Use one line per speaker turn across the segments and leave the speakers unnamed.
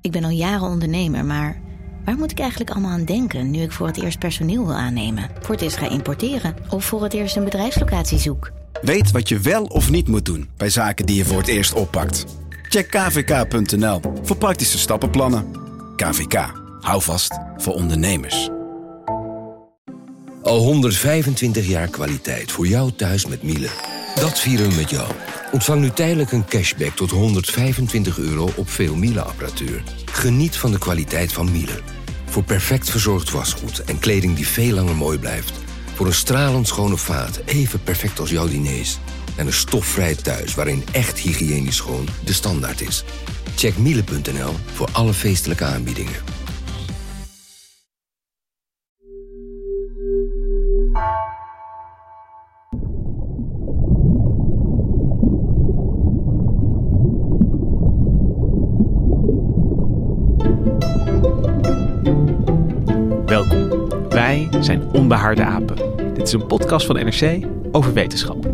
Ik ben al jaren ondernemer, maar waar moet ik eigenlijk allemaal aan denken nu ik voor het eerst personeel wil aannemen, voor het eerst ga importeren of voor het eerst een bedrijfslocatie zoek?
Weet wat je wel of niet moet doen bij zaken die je voor het eerst oppakt. Check kvk.nl voor praktische stappenplannen. KVK, hou vast voor ondernemers.
Al 125 jaar kwaliteit voor jou thuis met Miele. Dat vieren we met jou. Ontvang nu tijdelijk een cashback tot €125 op veel Miele-apparatuur. Geniet van de kwaliteit van Miele. Voor perfect verzorgd wasgoed en kleding die veel langer mooi blijft. Voor een stralend schone vaat, even perfect als jouw diners. En een stofvrij thuis waarin echt hygiënisch schoon de standaard is. Check miele.nl voor alle feestelijke aanbiedingen.
Welkom, wij zijn Onbehaarde Apen. Dit is een podcast van NRC over wetenschap.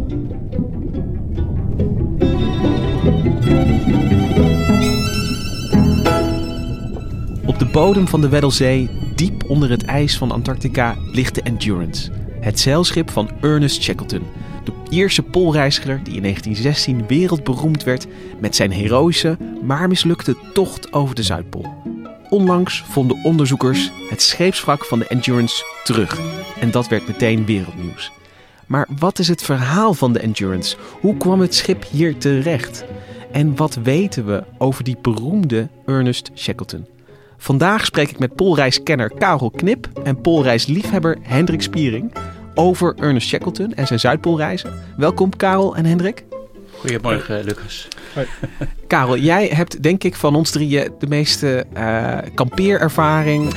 Op de bodem van de Weddellzee, diep onder het ijs van Antarctica, ligt de Endurance. Het zeilschip van Ernest Shackleton, de Ierse poolreiziger die in 1916 wereldberoemd werd met zijn heroïsche, maar mislukte tocht over de Zuidpool. Onlangs vonden onderzoekers het scheepswrak van de Endurance terug. En dat werd meteen wereldnieuws. Maar wat is het verhaal van de Endurance? Hoe kwam het schip hier terecht? En wat weten we over die beroemde Ernest Shackleton? Vandaag spreek ik met poolreiskenner Karel Knip en poolreisliefhebber Hendrik Spiering over Ernest Shackleton en zijn Zuidpoolreizen. Welkom Karel en Hendrik.
Goedemorgen Lucas. Hoi.
Karel, jij hebt denk ik van ons drieën de meeste kampeerervaring,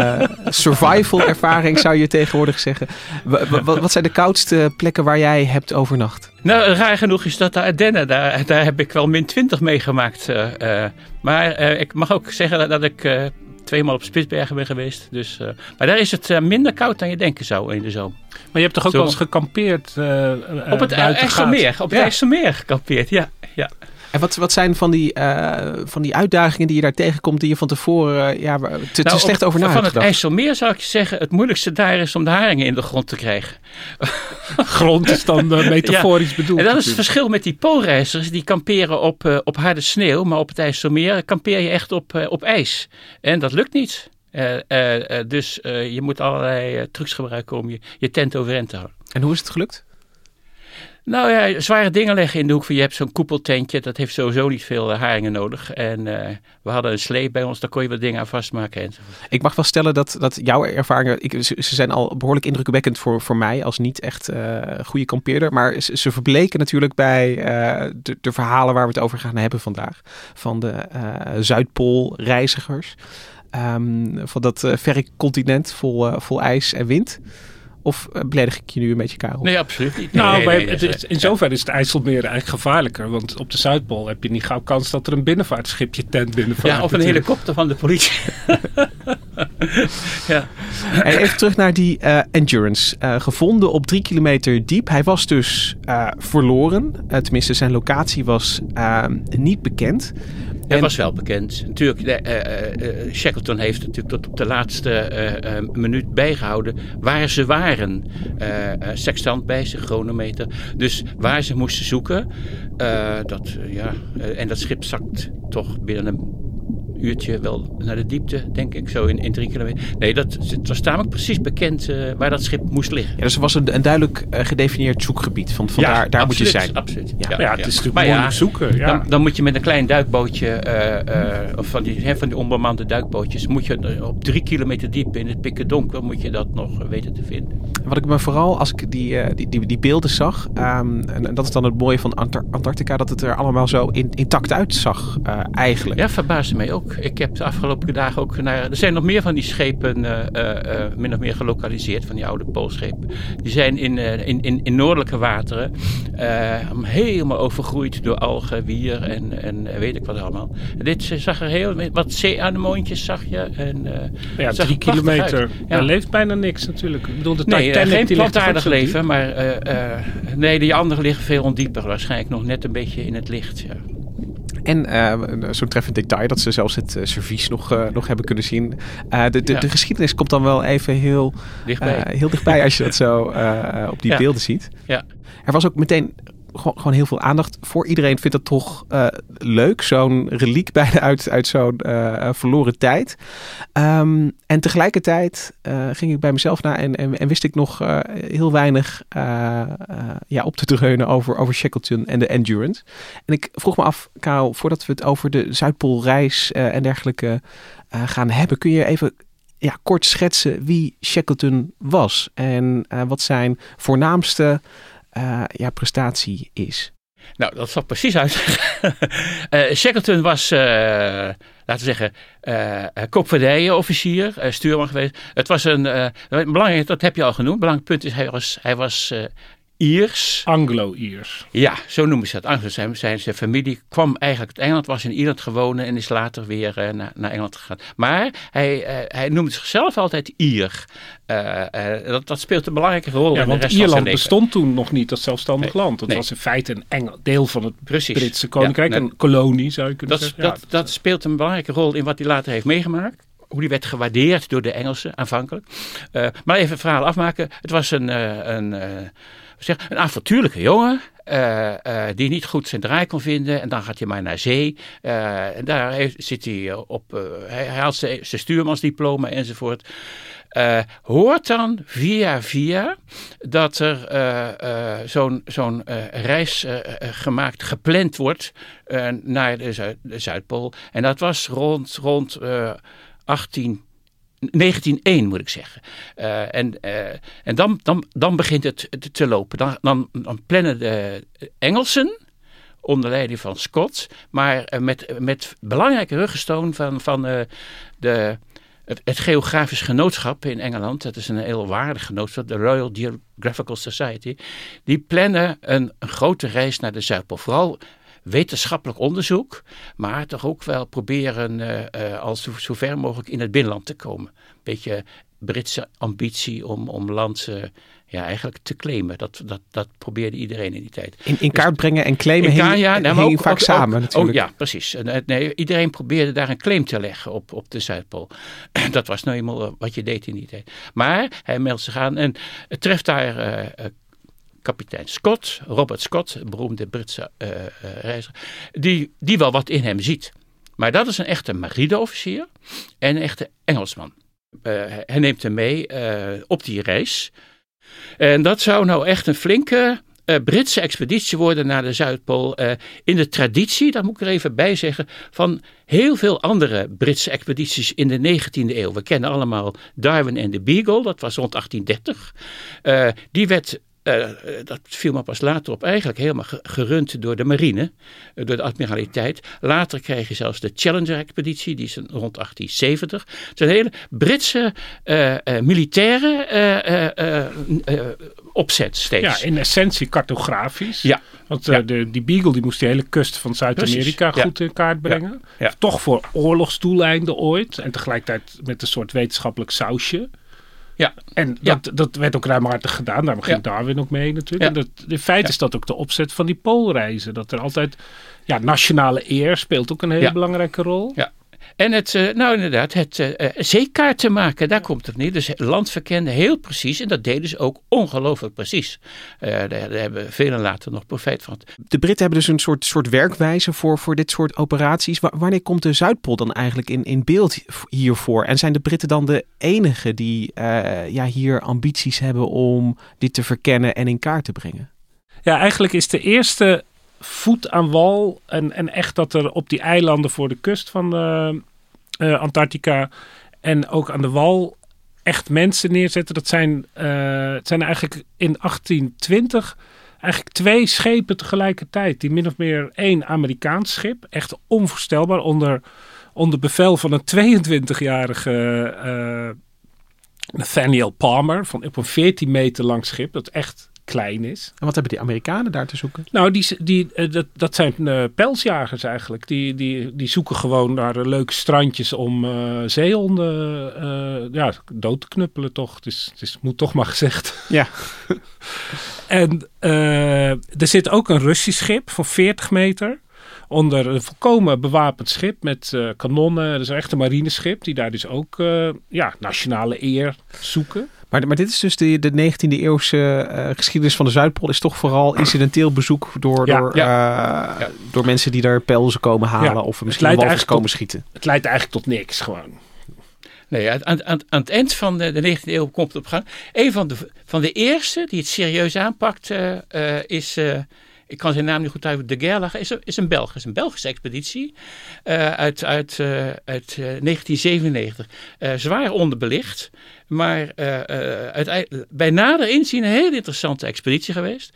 survival ervaring zou je tegenwoordig zeggen. Wat zijn de koudste plekken waar jij hebt overnacht?
Nou, raar genoeg is dat de Ardennen. Daar heb ik wel -20 meegemaakt. Maar ik mag ook zeggen dat ik 2 maal op Spitsbergen ben geweest. Dus, maar daar is het minder koud dan je denken zou in de zomer.
Maar je hebt toch ook wel eens gekampeerd
op het IJsselmeer. Op het IJsselmeer gekampeerd, ja.
En wat zijn van die uitdagingen die je daar tegenkomt die je van tevoren te slecht over na hebt
gedacht? Van het
gedacht?
IJsselmeer zou ik je zeggen, het moeilijkste daar is om de haringen in de grond te krijgen.
Grond is dan metaforisch bedoeld.
En dat is het verschil met die poolreizigers. Die kamperen op harde sneeuw, maar op het IJsselmeer kampeer je echt op ijs. En dat lukt niet. Dus je moet allerlei trucs gebruiken om je tent overeind te houden.
En hoe is het gelukt?
Nou ja, zware dingen leggen in de hoek. Je hebt zo'n koepeltentje, dat heeft sowieso niet veel haringen nodig. En we hadden een sleep bij ons, daar kon je wat dingen aan vastmaken. Enzovoort.
Ik mag wel stellen dat jouw ervaringen, ze zijn al behoorlijk indrukwekkend voor mij als niet echt goede kampeerder. Maar ze verbleken natuurlijk bij de verhalen waar we het over gaan hebben vandaag. Van de Zuidpoolreizigers. Van dat verre continent vol ijs en wind. Of beledig ik je nu een beetje, Karel?
Nee, absoluut niet.
In zoverre is het IJsselmeer eigenlijk gevaarlijker. Want op de Zuidpool heb je niet gauw kans dat er een binnenvaartschip je tent binnenvaart.
Ja, of een helikopter van de politie. Ja.
En even terug naar die Endurance. Gevonden op 3 kilometer diep. Hij was dus verloren. Tenminste, zijn locatie was niet bekend.
Het was wel bekend. Natuurlijk, Shackleton heeft natuurlijk tot op de laatste minuut bijgehouden waar ze waren. Sextant bij zich, chronometer. Dus waar ze moesten zoeken. En dat schip zakt toch binnen een uurtje wel naar de diepte, denk ik, zo in 3 kilometer. Nee, het was tamelijk precies bekend waar dat schip moest liggen.
Ja, dus er was een duidelijk gedefinieerd zoekgebied. Daar
absoluut,
moet je zijn.
Absoluut.
Ja, het is natuurlijk moeilijk zoeken. Ja.
Dan moet je met een klein duikbootje, of van die onbemande duikbootjes, moet je op 3 kilometer diep in het pikkerdonker, moet je dat nog weten te vinden.
Wat ik me vooral, als ik die beelden zag, en dat is dan het mooie van Antarctica, dat het er allemaal zo intact uitzag eigenlijk.
Ja, verbaasde mij ook. Ik heb de afgelopen dagen ook er zijn nog meer van die schepen min of meer gelokaliseerd, van die oude poolschepen. Die zijn in noordelijke wateren helemaal overgroeid door algen, wier en weet ik wat allemaal. En dit zag er heel wat zeeanemoontjes zag je. En,
3 kilometer. Daar leeft bijna niks natuurlijk. Ik bedoel,
geen plantaardig leven, maar die anderen liggen veel ondieper. Waarschijnlijk nog net een beetje in het licht. Ja.
En zo'n treffend detail dat ze zelfs het servies nog hebben kunnen zien. De geschiedenis komt dan wel even heel dichtbij als je dat zo op die beelden ziet. Ja. Er was ook meteen gewoon heel veel aandacht voor. Iedereen vindt het toch leuk. Zo'n reliek bijna uit zo'n verloren tijd. En tegelijkertijd ging ik bij mezelf na en wist ik nog heel weinig op te dreunen over Shackleton en de Endurance. En ik vroeg me af, Karel, voordat we het over de Zuidpoolreis en dergelijke gaan hebben, kun je even kort schetsen wie Shackleton was en wat zijn voornaamste prestatie is?
Nou, dat zal precies uitleggen. Shackleton was, laten we zeggen, koopvaardijofficier, stuurman geweest. Het was belangrijk, dat heb je al genoemd. Belangrijk punt is, hij was Iers.
Anglo-Iers.
Ja, zo noemen ze dat. Zijn familie kwam eigenlijk uit Engeland, was in Ierland gewoond en is later weer naar Engeland gegaan. Maar hij noemde zichzelf altijd Ier. Dat speelt een belangrijke rol in de rest van zijn
Ierland
leven.
Bestond toen nog niet als zelfstandig land. Het was in feite een deel van het Britse koninkrijk. Een kolonie zou je kunnen zeggen.
Dat speelt een belangrijke rol in wat hij later heeft meegemaakt. Hoe die werd gewaardeerd door de Engelsen aanvankelijk. Maar even het verhaal afmaken. Het was een avontuurlijke jongen. Die niet goed zijn draai kon vinden. En dan gaat hij maar naar zee. En daar zit hij op. Hij haalt zijn stuurmansdiploma enzovoort. Hoort dan via dat er zo'n reis gepland wordt naar de Zuidpool. En dat was rond 1901 moet ik zeggen. En dan begint het te lopen. Dan plannen de Engelsen onder leiding van Scott, maar met belangrijke ruggensteun van het Geografisch Genootschap in Engeland. Dat is een heel waardig genootschap, de Royal Geographical Society. Die plannen een grote reis naar de Zuidpool. Vooral wetenschappelijk onderzoek, maar toch ook wel proberen als zo ver mogelijk in het binnenland te komen. Een beetje Britse ambitie om land eigenlijk te claimen. Dat probeerde iedereen in die tijd.
In kaart brengen en claimen hing vaak samen natuurlijk.
Ja, precies. Iedereen probeerde daar een claim te leggen op de Zuidpool. Dat was nou eenmaal wat je deed in die tijd. Maar hij meldt zich aan en het treft daar kapitein Scott, Robert Scott, een beroemde Britse reiziger, die wel wat in hem ziet. Maar dat is een echte marineofficier en een echte Engelsman. Hij neemt hem mee op die reis. En dat zou nou echt een flinke Britse expeditie worden naar de Zuidpool. In de traditie, dat moet ik er even bij zeggen, van heel veel andere Britse expedities in de 19e eeuw. We kennen allemaal Darwin en de Beagle, dat was rond 1830. Die werd dat viel me pas later op, eigenlijk helemaal gerund door de marine, door de admiraliteit. Later kreeg je zelfs de Challenger-expeditie, die is rond 1870. Het is een hele Britse militaire opzet steeds.
Ja, in essentie cartografisch.
Ja.
Want die Beagle die moest de hele kust van Zuid-Amerika goed in kaart brengen. Ja. Toch voor oorlogsdoeleinden ooit. En tegelijkertijd met een soort wetenschappelijk sausje. Ja. En dat werd ook ruimhartig gedaan. Daarom ging Darwin ook mee natuurlijk. Ja. En in feite is dat ook de opzet van die poolreizen. Dat er altijd nationale eer speelt ook een hele belangrijke rol. Ja.
En het zeekaarten maken, daar komt het neer. Dus land verkennen heel precies. En dat deden ze ook ongelooflijk precies. Daar hebben velen later nog profijt van.
De Britten hebben dus een soort werkwijze voor dit soort operaties. Wanneer komt de Zuidpool dan eigenlijk in beeld hiervoor? En zijn de Britten dan de enigen die hier ambities hebben om dit te verkennen en in kaart te brengen?
Ja, eigenlijk is de eerste voet aan wal en echt dat er op die eilanden voor de kust van Antarctica en ook aan de wal echt mensen neerzetten. Dat zijn eigenlijk in 1820 eigenlijk 2 schepen tegelijkertijd. Die min of meer 1 Amerikaans schip, echt onvoorstelbaar, onder bevel van een 22-jarige Nathaniel Palmer op een 14 meter lang schip. Dat echt klein is.
En wat hebben die Amerikanen daar te zoeken?
Nou, dat zijn pelsjagers eigenlijk. Die zoeken gewoon naar leuke strandjes om zeehonden dood te knuppelen toch. Het moet toch maar gezegd.
Ja.
En er zit ook een Russisch schip van 40 meter onder een volkomen bewapend schip met kanonnen. Dat is echt een marineschip die daar dus ook nationale eer zoeken.
Maar dit is dus de 19e eeuwse geschiedenis van de Zuidpool. Is toch vooral incidenteel bezoek door mensen die daar pelzen komen halen. Of misschien een walvis komen schieten.
Het leidt eigenlijk tot niks gewoon.
Nee, aan het eind van de 19e eeuw komt het op gang. Een van de eerste die het serieus aanpakt is... ik kan zijn naam niet goed uit. De Gerlach is een Belg. Het is een Belgische expeditie uit 1997. Zwaar onderbelicht. Maar bij nader inzien een hele interessante expeditie geweest.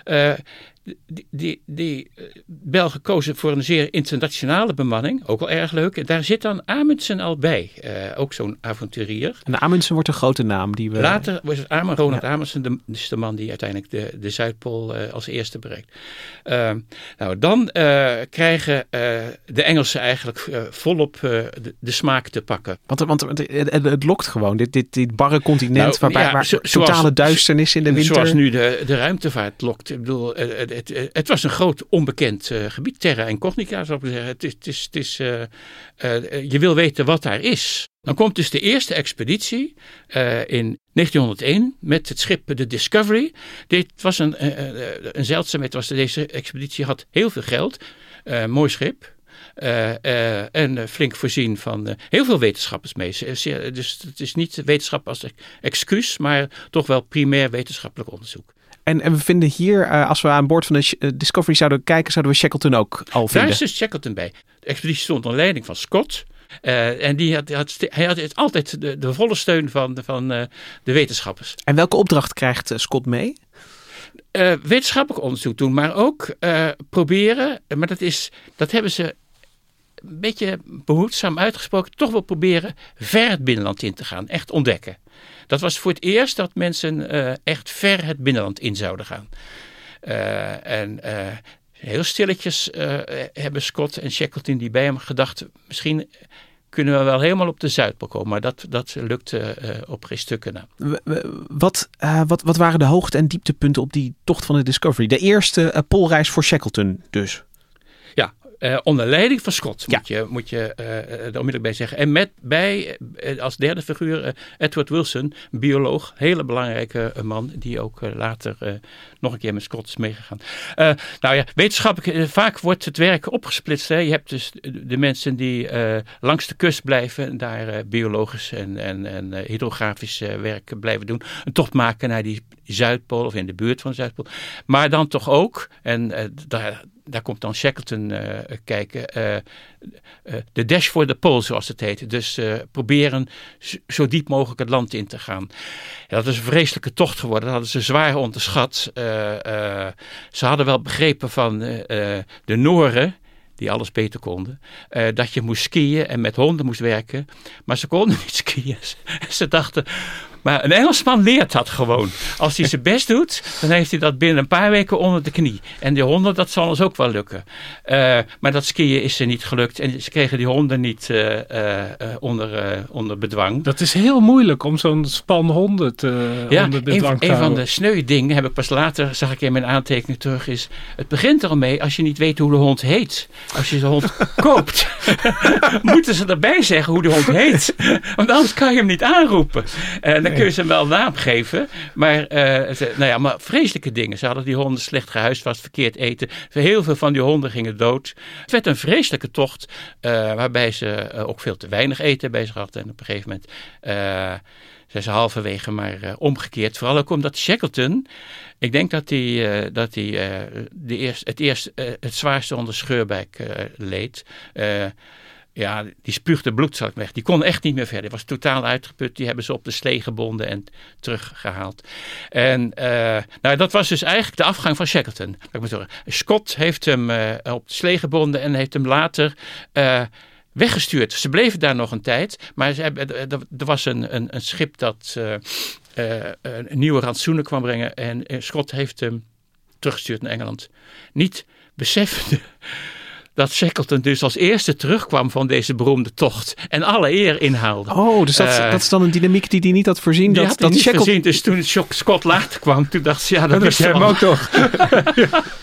Die Belgen kozen voor een zeer internationale bemanning. Ook wel erg leuk. En daar zit dan Amundsen al bij. Ook zo'n avonturier.
En Amundsen wordt een grote naam.
Later was het Ronald Amundsen dus de man die uiteindelijk de Zuidpool als eerste bereikt. Dan krijgen de Engelsen eigenlijk volop de smaak te pakken.
Want het lokt gewoon. Dit barre continent waar totale duisternis in de winter.
Zoals nu de ruimtevaart lokt. Ik bedoel... Het was een groot onbekend gebied, terra incognita zou ik zeggen. Je wil weten wat daar is. Dan komt dus de eerste expeditie in 1901 met het schip de Discovery. Dit was een zeldzaamheid. Deze expeditie had heel veel geld, mooi schip. En flink voorzien van heel veel wetenschappers mee. Dus het is niet wetenschap als excuus, maar toch wel primair wetenschappelijk onderzoek.
En we vinden hier, als we aan boord van de Discovery zouden kijken, zouden we Shackleton ook al vinden.
Daar is dus Shackleton bij. De expeditie stond onder leiding van Scott. En hij had altijd de volle steun van de wetenschappers.
En welke opdracht krijgt Scott mee?
Wetenschappelijk onderzoek doen, maar ook proberen, maar dat hebben ze een beetje behoedzaam uitgesproken, toch wel proberen ver het binnenland in te gaan, echt ontdekken. Dat was voor het eerst dat mensen echt ver het binnenland in zouden gaan. Heel stilletjes hebben Scott en Shackleton die bij hem gedacht, misschien kunnen we wel helemaal op de Zuidpool komen. Maar dat lukte op geen stukken na.
Wat waren de hoogte- en dieptepunten op die tocht van de Discovery? De eerste poolreis voor Shackleton dus.
Ja, onder leiding van Scott moet je er onmiddellijk bij zeggen. En als derde figuur Edward Wilson, bioloog, hele belangrijke man die ook later nog een keer met Scott is meegegaan. Wetenschappelijk, vaak wordt het werk opgesplitst. Hè. Je hebt dus de mensen die langs de kust blijven, daar biologisch en hydrografisch werk blijven doen. Een tocht maken naar die Zuidpool of in de buurt van de Zuidpool. Maar dan toch ook, en daar komt dan Shackleton kijken. De dash for the pole, zoals het heet. Dus proberen zo diep mogelijk het land in te gaan. Ja, dat is een vreselijke tocht geworden. Dat hadden ze zwaar onderschat. Ze hadden wel begrepen van de Nooren, die alles beter konden, dat je moest skiën en met honden moest werken. Maar ze konden niet skiën. Ze dachten... Maar een Engelsman leert dat gewoon. Als hij zijn best doet, dan heeft hij dat binnen een paar weken onder de knie. En die honden, dat zal ons ook wel lukken. Maar dat skiën is ze niet gelukt. En ze kregen die honden niet onder bedwang.
Dat is heel moeilijk om zo'n span honden onder bedwang te houden.
Een van de sneu dingen, heb ik pas later, zag ik in mijn aantekening terug, is... Het begint er al mee als je niet weet hoe de hond heet. Als je de hond koopt, moeten ze erbij zeggen hoe de hond heet. Want anders kan je hem niet aanroepen. Dan kun je ze wel naam geven. Maar, maar vreselijke dingen. Ze hadden die honden slecht gehuisvast, verkeerd eten. Heel veel van die honden gingen dood. Het werd een vreselijke tocht. Waarbij ze ook veel te weinig eten bij zich hadden. En op een gegeven moment zijn ze halverwege maar omgekeerd. Vooral ook omdat Shackleton... Ik denk dat hij het zwaarste onder scheurbuik leed. Die spuugde bloed, zal ik weg. Die kon echt niet meer verder. Die was totaal uitgeput. Die hebben ze op de slee gebonden en teruggehaald. En dat was dus eigenlijk de afgang van Shackleton. Scott heeft hem op de slee gebonden en heeft hem later weggestuurd. Ze bleven daar nog een tijd. Maar er was een schip dat nieuwe rantsoenen kwam brengen. En Scott heeft hem teruggestuurd naar Engeland. Niet beseffende dat Shackleton dus als eerste terugkwam van deze beroemde tocht en alle eer inhaalde.
Oh, dus dat is dan een dynamiek die hij niet had voorzien?
Die had hij niet voorzien, dus toen Scott later kwam, toen dacht ze, dat wist hij hem ook toch.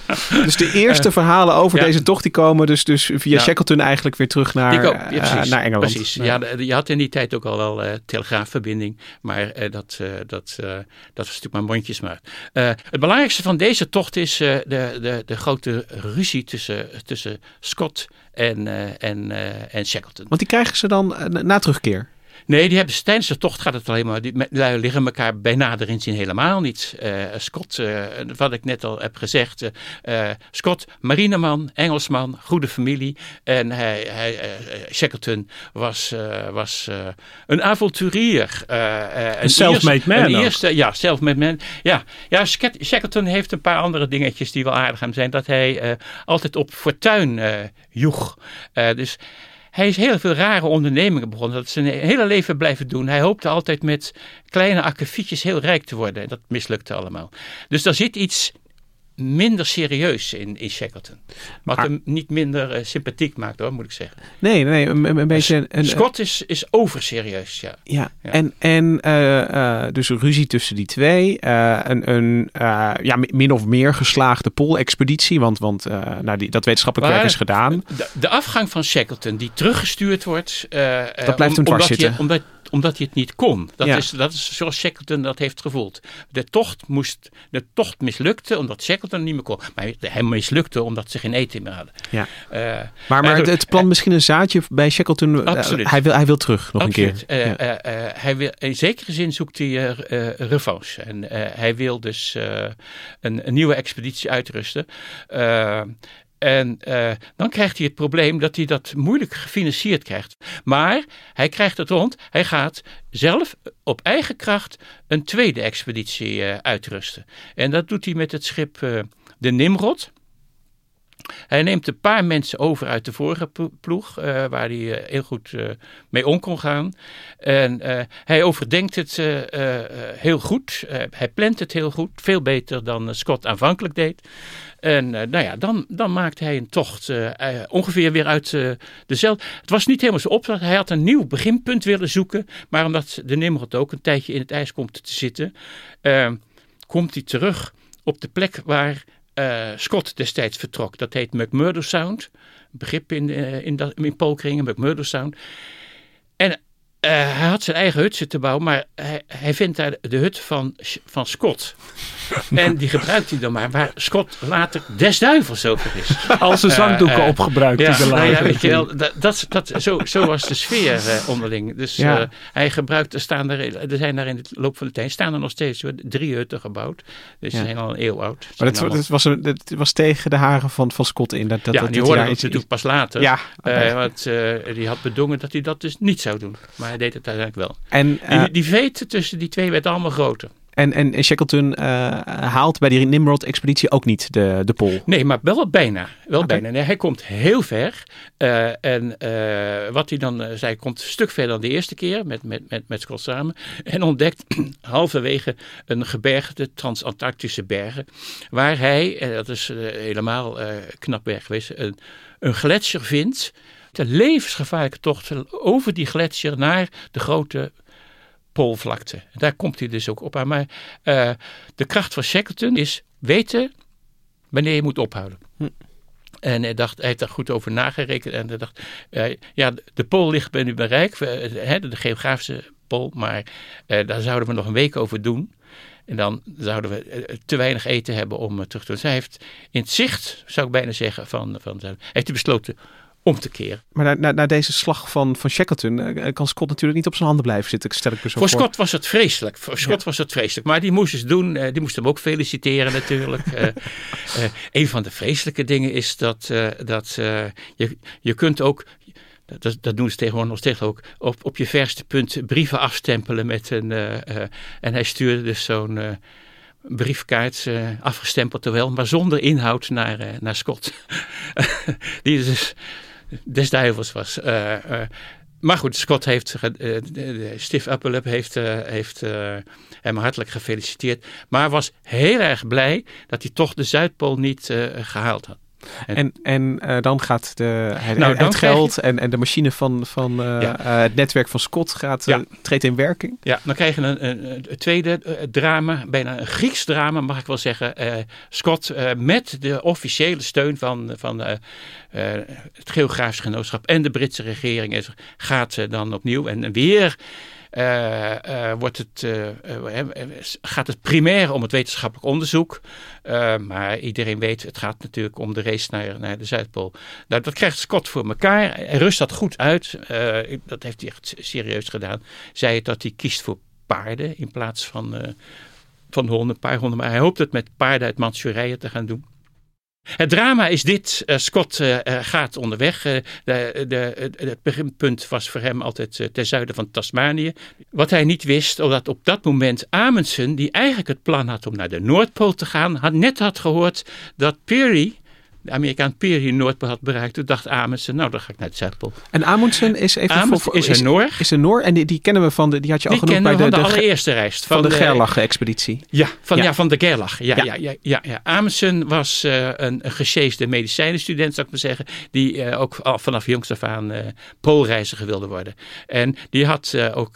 Dus de eerste verhalen over deze tocht die komen dus via Shackleton eigenlijk weer terug naar Engeland.
Precies. Ja, je had in die tijd ook al wel telegraafverbinding, maar dat was natuurlijk maar mondjesmaat. Het belangrijkste van deze tocht is de grote ruzie tussen Scott en Shackleton.
Want die krijgen ze dan na terugkeer?
Nee, die hebben ze tijdens de tocht gaat het alleen maar. Die lui liggen elkaar bij nader inzien helemaal niet. Scott, wat ik net al heb gezegd. Scott, marineman, Engelsman, goede familie. En Shackleton was een avonturier.
Een self-made man.
Self-made man. Ja, Shackleton heeft een paar andere dingetjes die wel aardig aan zijn. Dat hij altijd op fortuin joeg. Dus hij is heel veel rare ondernemingen begonnen. Dat is zijn hele leven blijven doen. Hij hoopte altijd met kleine akkefietjes heel rijk te worden. Dat mislukte allemaal. Dus daar zit iets minder serieus in Shackleton. Wat hem niet minder sympathiek maakt, hoor, moet ik zeggen.
Nee, een beetje...
Scott is overserieus, ja.
En dus een ruzie tussen die twee. Min of meer geslaagde Poolexpeditie. Want dat wetenschappelijk werk is gedaan.
De afgang van Shackleton, die teruggestuurd wordt...
dat blijft hem dwars zitten.
Omdat hij het niet kon. Dat is zoals Shackleton dat heeft gevoeld. De tocht mislukte omdat Shackleton niet meer kon. Maar hij mislukte omdat ze geen eten meer hadden. Ja.
Maar het plant misschien een zaadje bij Shackleton.
Absoluut.
Hij wil terug nog
absoluut.
Een keer.
Hij wil, in zekere zin zoekt hij revanche. En hij wil dus een nieuwe expeditie uitrusten. En dan krijgt hij het probleem dat hij dat moeilijk gefinancierd krijgt. Maar hij krijgt het rond. Hij gaat zelf op eigen kracht een tweede expeditie uitrusten. En dat doet hij met het schip de Nimrod. Hij neemt een paar mensen over uit de vorige ploeg, waar hij heel goed mee om kon gaan. En hij overdenkt het heel goed. Hij plant het heel goed, veel beter dan Scott aanvankelijk deed. En dan maakt hij een tocht ongeveer weer uit dezelfde. Het was niet helemaal zo opdracht. Hij had een nieuw beginpunt willen zoeken. Maar omdat de Nimrod ook een tijdje in het ijs komt te zitten, komt hij terug op de plek waar Scott destijds vertrok. Dat heet McMurdo Sound. Begrip in Poolkringen, McMurdo Sound. En hij had zijn eigen hut zitten bouwen, maar hij vindt daar de hut van Scott. En die gebruikt hij dan maar, waar Scott later des duivels over is.
Als zijn zangdoeken opgebruikt.
Weet je wel, zo was de sfeer onderling. Dus hij gebruikt, er zijn daar in de loop van de tijd, staan er nog steeds 3 hutten gebouwd. Dus ze zijn al een eeuw oud.
Maar het was tegen de haren van Scott in.
Die hoorde het natuurlijk pas later. Ja. Want die had bedongen dat hij dat dus niet zou doen. Maar hij deed het uiteindelijk wel. En die veet tussen die twee werd allemaal groter.
En Shackleton haalt bij die Nimrod-expeditie ook niet de Pool?
Nee, maar wel bijna. Bijna. Nee, hij komt heel ver. Wat hij dan zei, komt een stuk verder dan de eerste keer met Scott samen. En ontdekt halverwege een gebergte, transantarctische bergen. Waar hij, dat is helemaal knap werk geweest, een gletsjer vindt. De levensgevaarlijke tocht over die gletsjer naar de grote Poolvlakte. Daar komt hij dus ook op aan. Maar de kracht van Shackleton is weten wanneer je moet ophouden. En hij heeft daar goed over nagerekend. En hij dacht, de Pool ligt binnen bereik. De geografische Pool. Maar daar zouden we nog een week over doen. En dan zouden we te weinig eten hebben om terug te doen. Dus hij heeft in het zicht, zou ik bijna zeggen, heeft hij besloten om te keren. Maar
na deze slag van Shackleton kan Scott natuurlijk niet op zijn handen blijven zitten. Stel ik me zo
voor. Scott was het vreselijk. Maar die moest het doen. Die moest hem ook feliciteren natuurlijk. Een van de vreselijke dingen is dat je kunt ook, dat doen ze tegenwoordig nog steeds ook, op je verste punt brieven afstempelen met en hij stuurde dus zo'n briefkaart, afgestempeld wel, maar zonder inhoud naar Scott. Die dus des duivels was. Maar goed, Scott heeft, Steve Appelip heeft hem hartelijk gefeliciteerd. Maar was heel erg blij dat hij toch de Zuidpool niet gehaald had.
En dan gaat het geld en de machine van het netwerk van Scott treedt in werking. Ja,
dan krijg je een tweede drama, bijna een Grieks drama mag ik wel zeggen. Scott met de officiële steun van het Geografisch Genootschap en de Britse regering gaat dan opnieuw en weer... gaat het primair om het wetenschappelijk onderzoek. Maar iedereen weet, het gaat natuurlijk om de race naar de Zuidpool. Nou, dat krijgt Scott voor elkaar. Hij rust dat goed uit. Dat heeft hij echt serieus gedaan. Zei het dat hij kiest voor paarden in plaats van honden, paarhonden. Maar hij hoopt het met paarden uit Manchurije te gaan doen. Het drama is dit. Scott gaat onderweg. Het beginpunt was voor hem altijd ten zuiden van Tasmanië. Wat hij niet wist, omdat op dat moment Amundsen, die eigenlijk het plan had om naar de Noordpool te gaan, net had gehoord dat Peary, de Amerikaan Peary, Noordpool had bereikt. Toen dacht Amundsen, nou dan ga ik naar de Zuidpool.
En Amundsen is
een Noor.
Is een Noor en die kennen we van die had je al genoemd bij de
allereerste reis.
Van de Gerlach-expeditie.
Van de Gerlach. Ja. Amundsen was een gesjeesde medicijnenstudent, zou ik maar zeggen, die ook al vanaf jongs af aan poolreiziger wilde worden. En die had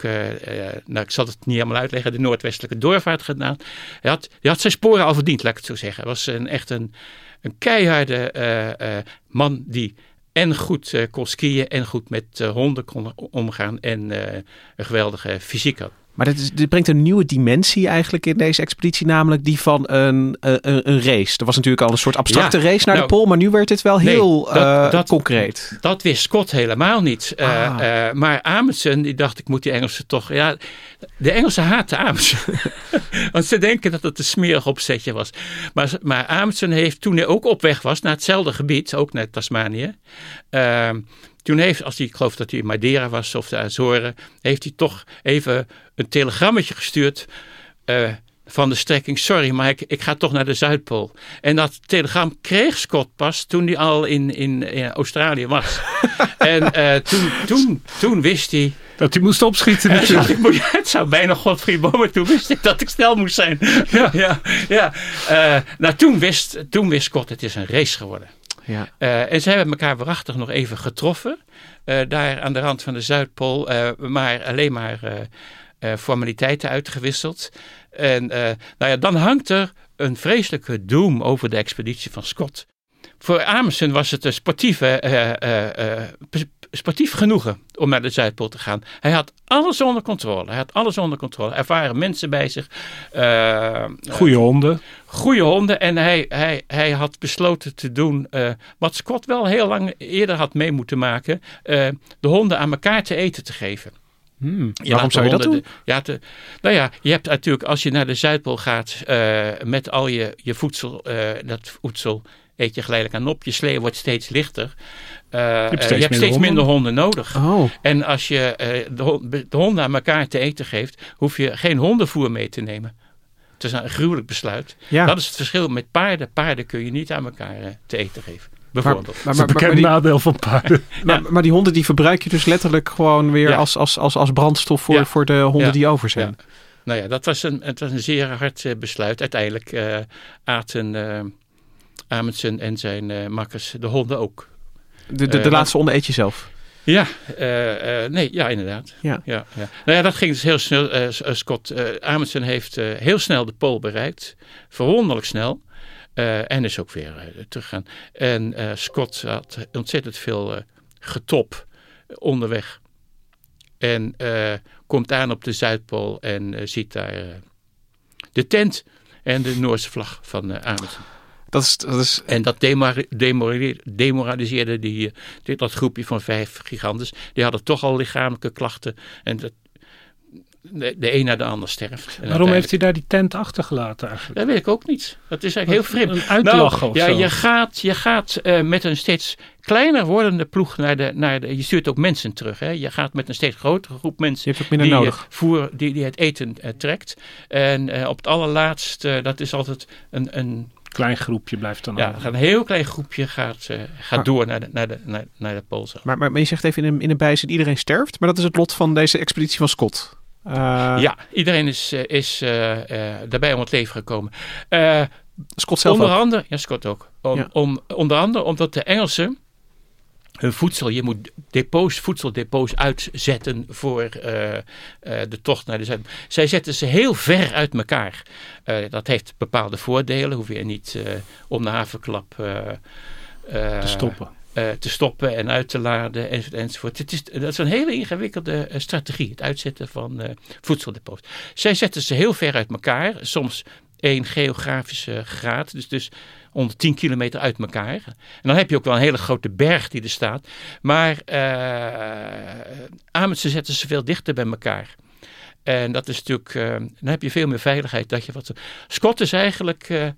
ik zal het niet helemaal uitleggen, de noordwestelijke doorvaart gedaan. Hij had zijn sporen al verdiend, laat ik het zo zeggen. Hij was echt een keiharde man die en goed kon skiën en goed met honden kon omgaan en een geweldige fysiek had.
Maar dit brengt een nieuwe dimensie eigenlijk in deze expeditie, namelijk die van een race. Er was natuurlijk al een soort abstracte race naar de Pool, maar nu werd het wel heel concreet. Dat
wist Scott helemaal niet. Maar Amundsen, die dacht, ik moet die Engelsen toch... Ja, de Engelsen haten Amundsen. Want ze denken dat het een smerig opzetje was. Maar Amundsen heeft, toen hij ook op weg was naar hetzelfde gebied, ook naar Tasmanië... Toen ik geloof dat hij in Madeira was of de Azoren, heeft hij toch even een telegrammetje gestuurd van de strekking. Sorry, maar ik ga toch naar de Zuidpool. En dat telegram kreeg Scott pas toen hij al in Australië was. En toen wist hij...
Dat hij moest opschieten natuurlijk.
Het zou bijna Godfried Bommen. Toen wist ik dat ik snel moest zijn. Toen wist Scott, het is een race geworden. Ja. En ze hebben elkaar waarachtig nog even getroffen. Daar aan de rand van de Zuidpool. Maar alleen maar formaliteiten uitgewisseld. En dan hangt er een vreselijke doom over de expeditie van Scott. Voor Amundsen was het een sportief genoegen om naar de Zuidpool te gaan. Hij had alles onder controle. Er waren mensen bij zich. Goede honden. En hij had besloten te doen wat Scott wel heel lang eerder had mee moeten maken. De honden aan elkaar te eten te geven.
Waarom zou je dat doen?
Je hebt natuurlijk, als je naar de Zuidpool gaat met al je voedsel, dat voedsel eet je geleidelijk aan op. Je slee wordt steeds lichter. Je hebt steeds minder honden nodig. Oh. En als je de honden aan elkaar te eten geeft, hoef je geen hondenvoer mee te nemen. Het is een gruwelijk besluit. Ja. Dat is het verschil met paarden. Paarden kun je niet aan elkaar te eten geven. Bijvoorbeeld.
Dat is een bekend nadeel van paarden.
Maar die honden die verbruik je dus letterlijk gewoon weer als brandstof voor de honden die over zijn.
Ja. Nou ja, het was een zeer hard besluit. Uiteindelijk aten Amundsen en zijn makkers de honden ook.
De laatste honden eet je zelf?
Ja, inderdaad. Ja. Nou ja, dat ging dus heel snel. Amundsen heeft heel snel de Pool bereikt. Verwonderlijk snel. En is ook weer teruggegaan. En Scott had ontzettend veel getop onderweg. En komt aan op de Zuidpool en ziet daar de tent en de Noorse vlag van Amundsen.
Dat is...
En dat demoraliseerde dat groepje van 5 gigantes. Die hadden toch al lichamelijke klachten. En de een na de ander sterft.
Waarom heeft hij daar die tent achtergelaten eigenlijk?
Dat weet ik ook niet. Dat is eigenlijk heel vreemd.
Een uitlachen of zo.
Je gaat met een steeds kleiner wordende ploeg naar de... Je stuurt ook mensen terug. Hè? Je gaat met een steeds grotere groep mensen...
Je hebt ook minder nodig.
Die het eten trekt. En op het allerlaatst, dat is altijd een
klein groepje blijft dan over.
Een heel klein groepje gaat door naar de Pool.
Maar je zegt even in een bijzin, iedereen sterft. Maar dat is het lot van deze expeditie van Scott.
Ja, iedereen is daarbij om het leven gekomen.
Scott zelf
onder
ook?
andere, ja, Scott ook. Onder andere omdat de Engelsen hun voedsel, je moet voedseldepots uitzetten voor de tocht naar de Zuid. Zij zetten ze heel ver uit elkaar. Dat heeft bepaalde voordelen. Hoef je niet om de haverklap te stoppen en uit te laden enzovoort. Dat is een hele ingewikkelde strategie, het uitzetten van voedseldepots. Zij zetten ze heel ver uit elkaar, soms 1 geografische graad, dus 110 kilometer uit elkaar. En dan heb je ook wel een hele grote berg die er staat. Maar Amundsen zetten ze veel dichter bij elkaar. En dat is natuurlijk, dan heb je veel meer veiligheid. Dat je Scott is eigenlijk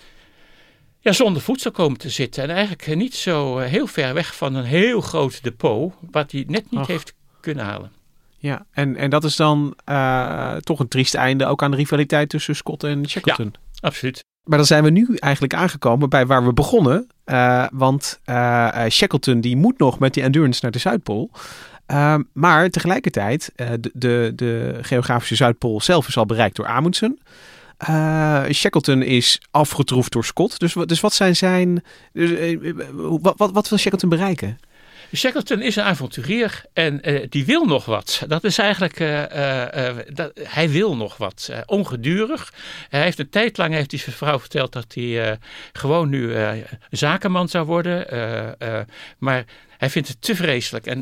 zonder voedsel komen te zitten. En eigenlijk niet zo heel ver weg van een heel groot depot, wat hij net niet heeft kunnen halen.
Ja, en dat is dan toch een triest einde ook aan de rivaliteit tussen Scott en Shackleton.
Ja, absoluut.
Maar dan zijn we nu eigenlijk aangekomen bij waar we begonnen. Want Shackleton die moet nog met die Endurance naar de Zuidpool. Maar tegelijkertijd, de geografische Zuidpool zelf is al bereikt door Amundsen. Shackleton is afgetroefd door Scott. Dus wat zijn zijn... wat wil Shackleton bereiken?
Shackleton is een avonturier en die wil nog wat. Dat is eigenlijk, hij wil nog wat. Ongedurig. Hij heeft een tijd lang zijn vrouw verteld dat hij gewoon nu zakenman zou worden. Maar hij vindt het te vreselijk en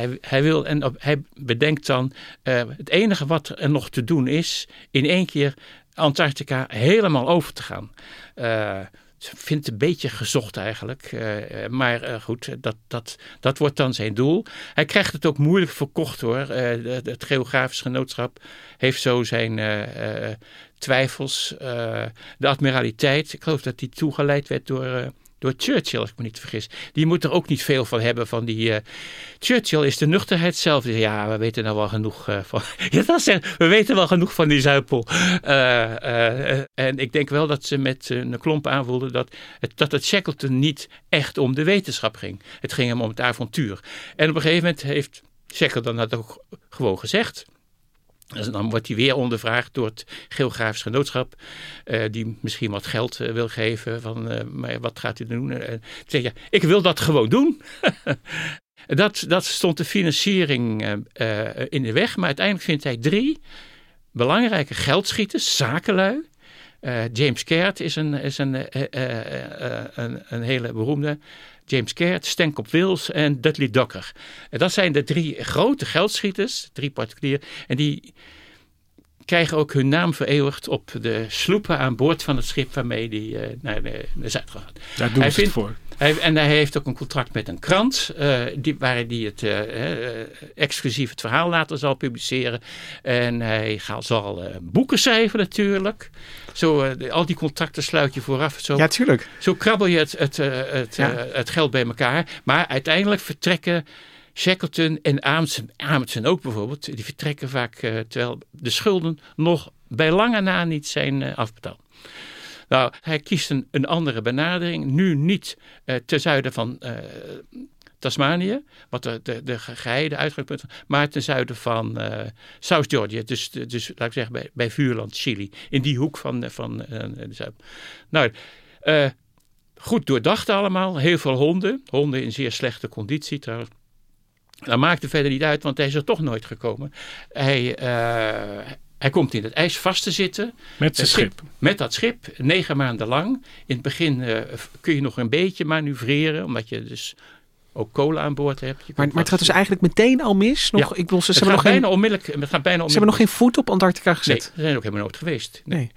hij bedenkt dan het enige wat er nog te doen is in 1 keer Antarctica helemaal over te gaan. Ze vindt het een beetje gezocht eigenlijk. Maar goed, dat wordt dan zijn doel. Hij krijgt het ook moeilijk verkocht hoor. Het Geografisch Genootschap heeft zo zijn twijfels. De admiraliteit, ik geloof dat die toegeleid werd door Churchill, als ik me niet vergis. Die moet er ook niet veel van hebben. Van die Churchill is de nuchterheid zelf. Ja, we weten nou wel genoeg van. Ja, we weten wel genoeg van die Zuidpool. En ik denk wel dat ze met een klomp aanvoelden dat het Shackleton niet echt om de wetenschap ging. Het ging hem om het avontuur. En op een gegeven moment heeft Shackleton dat ook gewoon gezegd. Dus dan wordt hij weer ondervraagd door het Geografisch Genootschap. Die misschien wat geld wil geven. Maar wat gaat hij doen? Zeg je, ik wil dat gewoon doen. Dat stond de financiering in de weg. Maar uiteindelijk vindt hij 3 belangrijke geldschieters, zakenlui. James Caird is een hele beroemde. James Caird, Stanhope Wills en Dudley Docker. Dat zijn de 3 grote geldschieters, 3 particulieren. En die krijgen ook hun naam vereeuwigd op de sloepen aan boord van het schip waarmee die naar de Zuid gaat.
Daar doen ze het voor.
En hij heeft ook een contract met een krant waar hij het exclusief het verhaal later zal publiceren. En hij zal boeken schrijven natuurlijk. Zo, al die contracten sluit je vooraf. Zo,
ja, tuurlijk.
Zo krabbel je het geld bij elkaar. Maar uiteindelijk vertrekken Shackleton en Amundsen ook bijvoorbeeld. Die vertrekken vaak terwijl de schulden nog bij lange na niet zijn afbetaald. Nou, hij kiest een andere benadering. Nu niet ten zuiden van Tasmanië, wat de geheide uitgangspunt, maar ten zuiden van South Georgia. Dus laat ik zeggen bij Vuurland, Chili. In die hoek van de zuid. Nou, goed doordacht allemaal. Heel veel honden. Honden in zeer slechte conditie trouwens. Dat maakte verder niet uit, want hij is er toch nooit gekomen. Hij komt in het ijs vast te zitten.
Met zijn schip.
Met dat schip, 9 maanden lang. In het begin kun je nog een beetje manoeuvreren, omdat je dus ook kolen aan boord hebt.
Maar het gaat dus eigenlijk meteen al mis? Nog,
ja.
Ze hebben
bijna onmiddellijk. Ze
hebben nog geen voet op Antarctica gezet?
Nee, ze zijn ook helemaal nooit geweest.
Nee.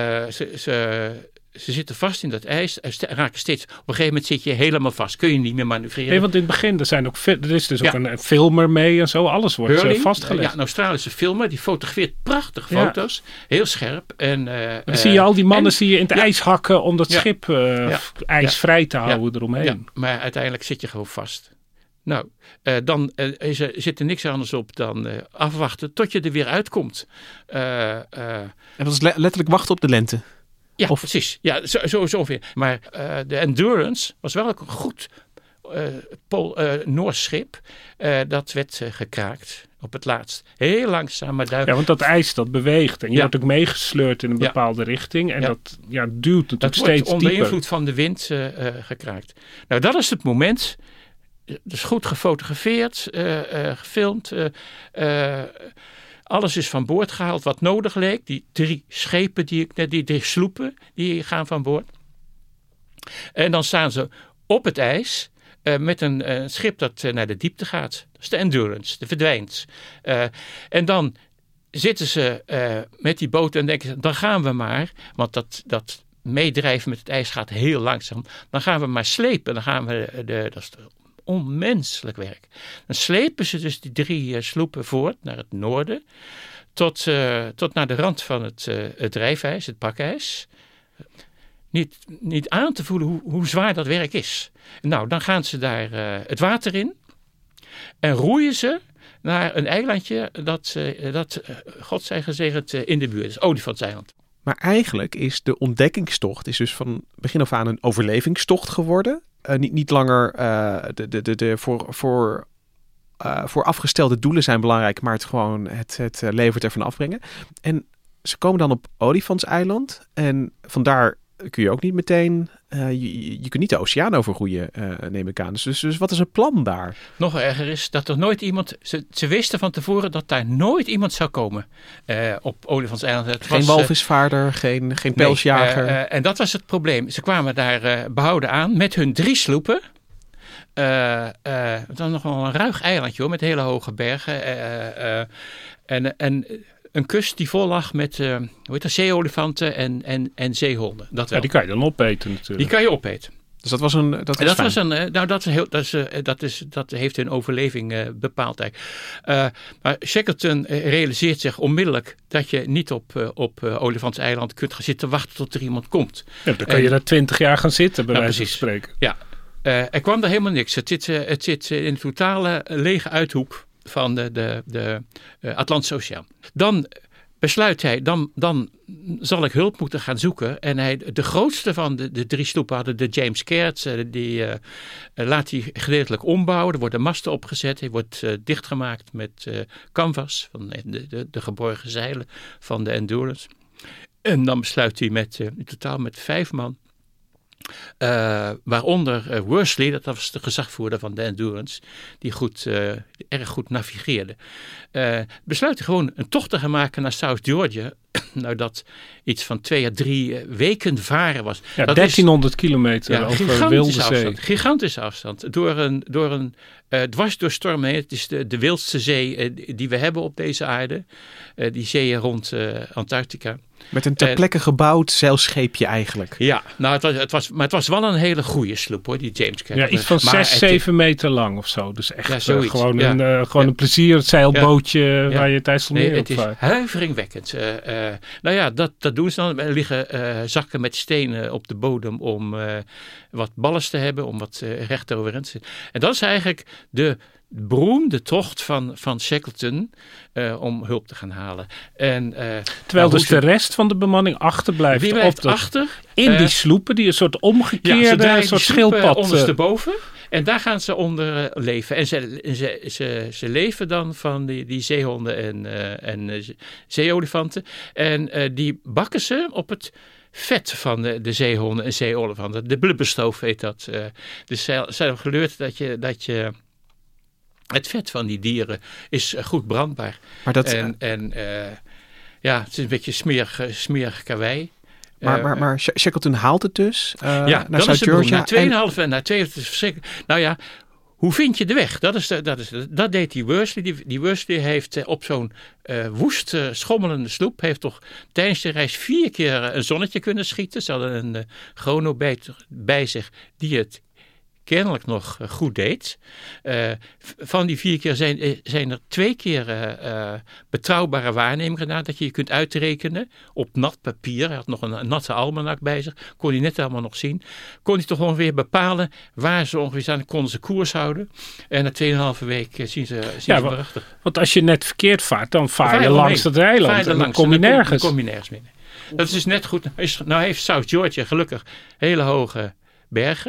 Ze zitten vast in dat ijs. Raken steeds. Op een gegeven moment zit je helemaal vast. Kun je niet meer manoeuvreren.
Nee, want in het begin er is dus ook een filmer mee en zo. Alles wordt vastgelegd.
Ja, een Australische filmer. Die fotografeert prachtige foto's. Heel scherp. En,
dan zie je al die mannen in het ijs hakken om dat schip ijsvrij te houden eromheen.
Ja, maar uiteindelijk zit je gewoon vast. Nou, dan zit er niks anders op dan afwachten tot je er weer uitkomt.
En dat is letterlijk wachten op de lente.
Ja, precies. Ja, zo ongeveer. Maar de Endurance was wel ook een goed Noors schip. Dat werd gekraakt op het laatst. Heel langzaam, maar duidelijk.
Ja, want dat ijs dat beweegt en je wordt ook meegesleurd in een bepaalde richting. En dat duwt natuurlijk steeds dieper.
Dat wordt onder invloed van de wind gekraakt. Nou, dat is het moment. Dus goed gefotografeerd, gefilmd. Alles is van boord gehaald wat nodig leek. Die 3 schepen, die 3 sloepen, die gaan van boord. En dan staan ze op het ijs met een schip dat naar de diepte gaat. Dat is de Endurance, de verdwijnt. En dan zitten ze met die boot en denken, dan gaan we maar. Want dat meedrijven met het ijs gaat heel langzaam. Dan gaan we maar slepen. Dan gaan we dat is onmenselijk werk. Dan slepen ze dus die 3 sloepen voort naar het noorden. Tot naar de rand van het drijfijs, het pakijs. Niet aan te voelen hoe zwaar dat werk is. Nou, dan gaan ze daar het water in. En roeien ze naar een eilandje dat God zij gezegend in de buurt is. Olifantseiland.
Maar eigenlijk is de ontdekkingstocht is dus van begin af aan een overlevingstocht geworden. Niet langer voor afgestelde doelen zijn belangrijk, maar het levert ervan afbrengen. En ze komen dan op Olifantseiland en vandaar kun je ook niet meteen, je kunt niet de oceaan overgroeien, neem ik aan. Dus wat is het plan daar?
Nog erger is dat er nooit iemand, ze wisten van tevoren dat daar nooit iemand zou komen op Olifantseiland.
Geen walvisvaarder, geen pelsjager.
En dat was het probleem. Ze kwamen daar behouden aan met hun 3 sloepen. Het was nog wel een ruig eilandje hoor, met hele hoge bergen. En een kust die vol lag met zeeolifanten en zeehonden. Dat wel.
Ja, die kan je dan opeten natuurlijk.
Die kan je opeten.
Dus dat heeft hun overleving bepaald eigenlijk. Maar Shackleton realiseert zich onmiddellijk dat je niet op Olifantseiland kunt gaan zitten wachten tot er iemand komt.
Ja, dan kan je daar 20 jaar gaan zitten, bij wijze van spreken.
Ja, er kwam daar helemaal niks. Het zit in een totale lege uithoek van de Atlantische Oceaan. Dan besluit hij, dan zal ik hulp moeten gaan zoeken. En de grootste van de 3 sloepen hadden de James Caird. Die laat hij gedeeltelijk ombouwen. Er worden masten opgezet. Hij wordt dichtgemaakt met canvas, van de geborgen zeilen van de Endurance. En dan besluit hij in totaal met 5 man. Waaronder Worsley, dat was de gezagvoerder van de Endurance, die erg goed navigeerde. Besluit hij gewoon een tocht te gaan maken naar South Georgia. Nou, dat iets van 2 à 3 weken varen was.
Ja, dat 1300 kilometer over wilde zee.
Gigantische afstand. Dwars door stormen heen. Het is de wildste zee die we hebben op deze aarde. Die zeeën rond Antarctica.
Met een ter plekke gebouwd zeilscheepje eigenlijk.
Ja, nou, het was wel een hele goede sloep hoor, die James Caird.
Ja, iets van 6-7 meter lang of zo. Dus echt gewoon een plezierzeilbootje waar je het IJsselmeer op vaart.
Het is huiveringwekkend. Nou ja, dat doen ze dan. Er liggen zakken met stenen op de bodem om wat ballast te hebben, om wat recht overeind te zitten. En dat is eigenlijk de beroemde tocht van Shackleton om hulp te gaan halen.
Terwijl dus de rest van de bemanning achterblijft.
Wie blijft achter?
In die sloepen die een soort omgekeerde soort schildpad
ondersteboven. En daar gaan ze onder leven. En ze leven dan van die zeehonden en zeeolifanten. En die bakken ze op het vet van de zeehonden en zeeolifanten. De blubberstoof heet dat. Dus ze hebben geleerd dat je het vet van die dieren is goed brandbaar.
Maar dat,
het is een beetje smerig karwei.
Maar Shackleton haalt het dus naar
dat
South Georgia.
Na 2,5 is verschrikkelijk. Nou ja, hoe vind je de weg? Dat deed die Worsley. Die Worsley heeft op zo'n woest schommelende sloep heeft toch tijdens de reis 4 keer een zonnetje kunnen schieten. Ze hadden een chronometer bij zich die het kennelijk nog goed deed. Van die 4 keer zijn er 2 keer betrouwbare waarnemingen gedaan, dat je kunt uitrekenen op nat papier. Hij had nog een natte almanak bij zich, kon hij net allemaal nog zien. Kon hij toch ongeveer bepalen waar ze ongeveer staan, konden ze koers houden. En na 2,5 week zien ze prachtig.
Want als je net verkeerd vaart, dan vaar je langs het eiland en dan kom je nergens.
Dan kom je nergens meer. Dat is dus net goed. Nou heeft South Georgia gelukkig hele hoge bergen.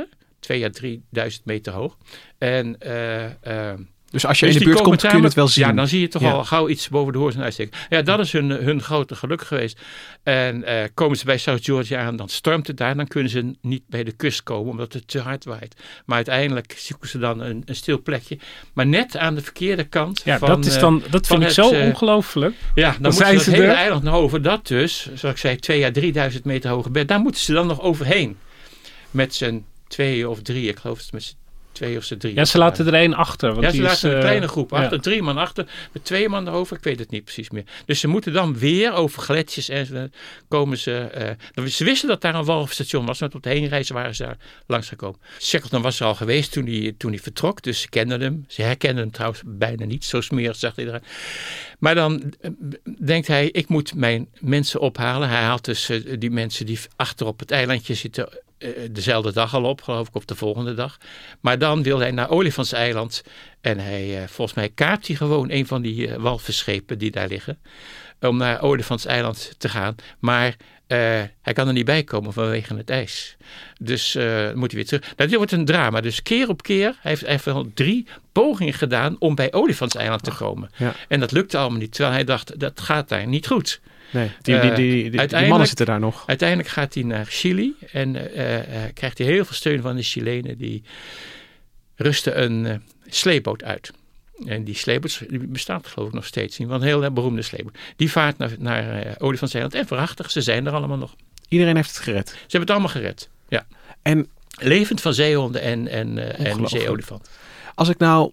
2.000 à 3.000 meter hoog. En...
dus als je in de buurt komt, kun je het wel zien.
Ja, dan zie je toch al gauw iets boven de horizon uitsteken. Ja, dat is hun grote geluk geweest. En komen ze bij South Georgia aan, dan stormt het daar. Dan kunnen ze niet bij de kust komen, omdat het te hard waait. Maar uiteindelijk zoeken ze dan een stil plekje. Maar net aan de verkeerde kant.
Ja,
van,
dat vind ik zo ongelooflijk.
Ja, dan moeten ze het hele eiland nog over. Dat dus, zoals ik zei, 2.000 à 3.000 meter hoge berg. Daar moeten ze dan nog overheen. Met z'n 2 of 3, ik geloof het met z'n 2 of z'n 3.
Ja, ze laten er 1 achter. Want
ze laten een kleine groep achter.
Ja.
3 man achter. Met 2 man erover. Ik weet het niet precies meer. Dus ze moeten dan weer over gletsjers en komen ze... ze wisten dat daar een walstation was. Want op de heenreizen waren ze daar langs gekomen. Shackleton was er al geweest toen hij vertrok. Dus ze kenden hem. Ze herkenden hem trouwens bijna niet. Zo smerig zag hij eruit. Maar dan denkt hij, ik moet mijn mensen ophalen. Hij haalt dus die mensen die achter op het eilandje zitten... dezelfde dag al op, geloof ik, of de volgende dag. Maar dan wil hij naar Olifantseiland. En volgens mij kaapt hij gewoon een van die walvisschepen die daar liggen. Om naar Olifantseiland te gaan. Maar hij kan er niet bij komen vanwege het ijs. Dus moet hij weer terug. Nou, dit wordt een drama. Dus keer op keer. Hij heeft wel 3 pogingen gedaan om bij Olifantseiland te komen. Ja. En dat lukte allemaal niet. Terwijl hij dacht, dat gaat daar niet goed.
Nee, die mannen zitten daar nog.
Uiteindelijk gaat hij naar Chili en krijgt hij heel veel steun van de Chilenen. Die rusten een sleepboot uit. En die sleepboot die bestaat geloof ik nog steeds niet, want een heel beroemde sleepboot. Die vaart naar Olifantseiland en waarachtig, ze zijn er allemaal nog.
Iedereen heeft het gered?
Ze hebben het allemaal gered, ja.
En
levend van zeehonden en zeeolifant.
Als ik nou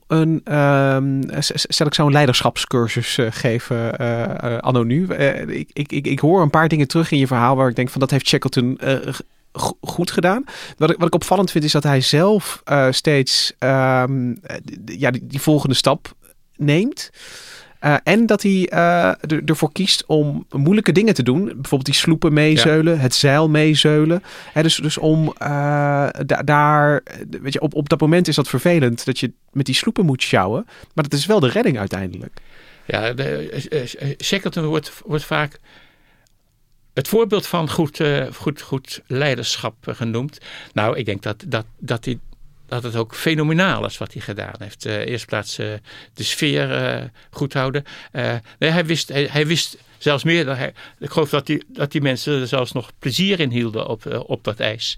stel ik zou een leiderschapscursus geven anno nu. Ik hoor een paar dingen terug in je verhaal waar ik denk van dat heeft Shackleton goed gedaan. Wat ik opvallend vind is dat hij zelf steeds die volgende stap neemt. En dat hij ervoor kiest om moeilijke dingen te doen. Bijvoorbeeld die sloepen meezeulen, het zeil meezeulen. Dus om daar... Weet je, op dat moment is dat vervelend dat je met die sloepen moet sjouwen. Maar dat is wel de redding uiteindelijk.
Ja, Shackleton wordt vaak het voorbeeld van goed leiderschap genoemd. Nou, ik denk dat het ook fenomenaal is wat hij gedaan heeft. Eerst plaats de sfeer goed houden. Hij wist zelfs meer. Ik geloof dat die mensen er zelfs nog plezier in hielden op dat ijs.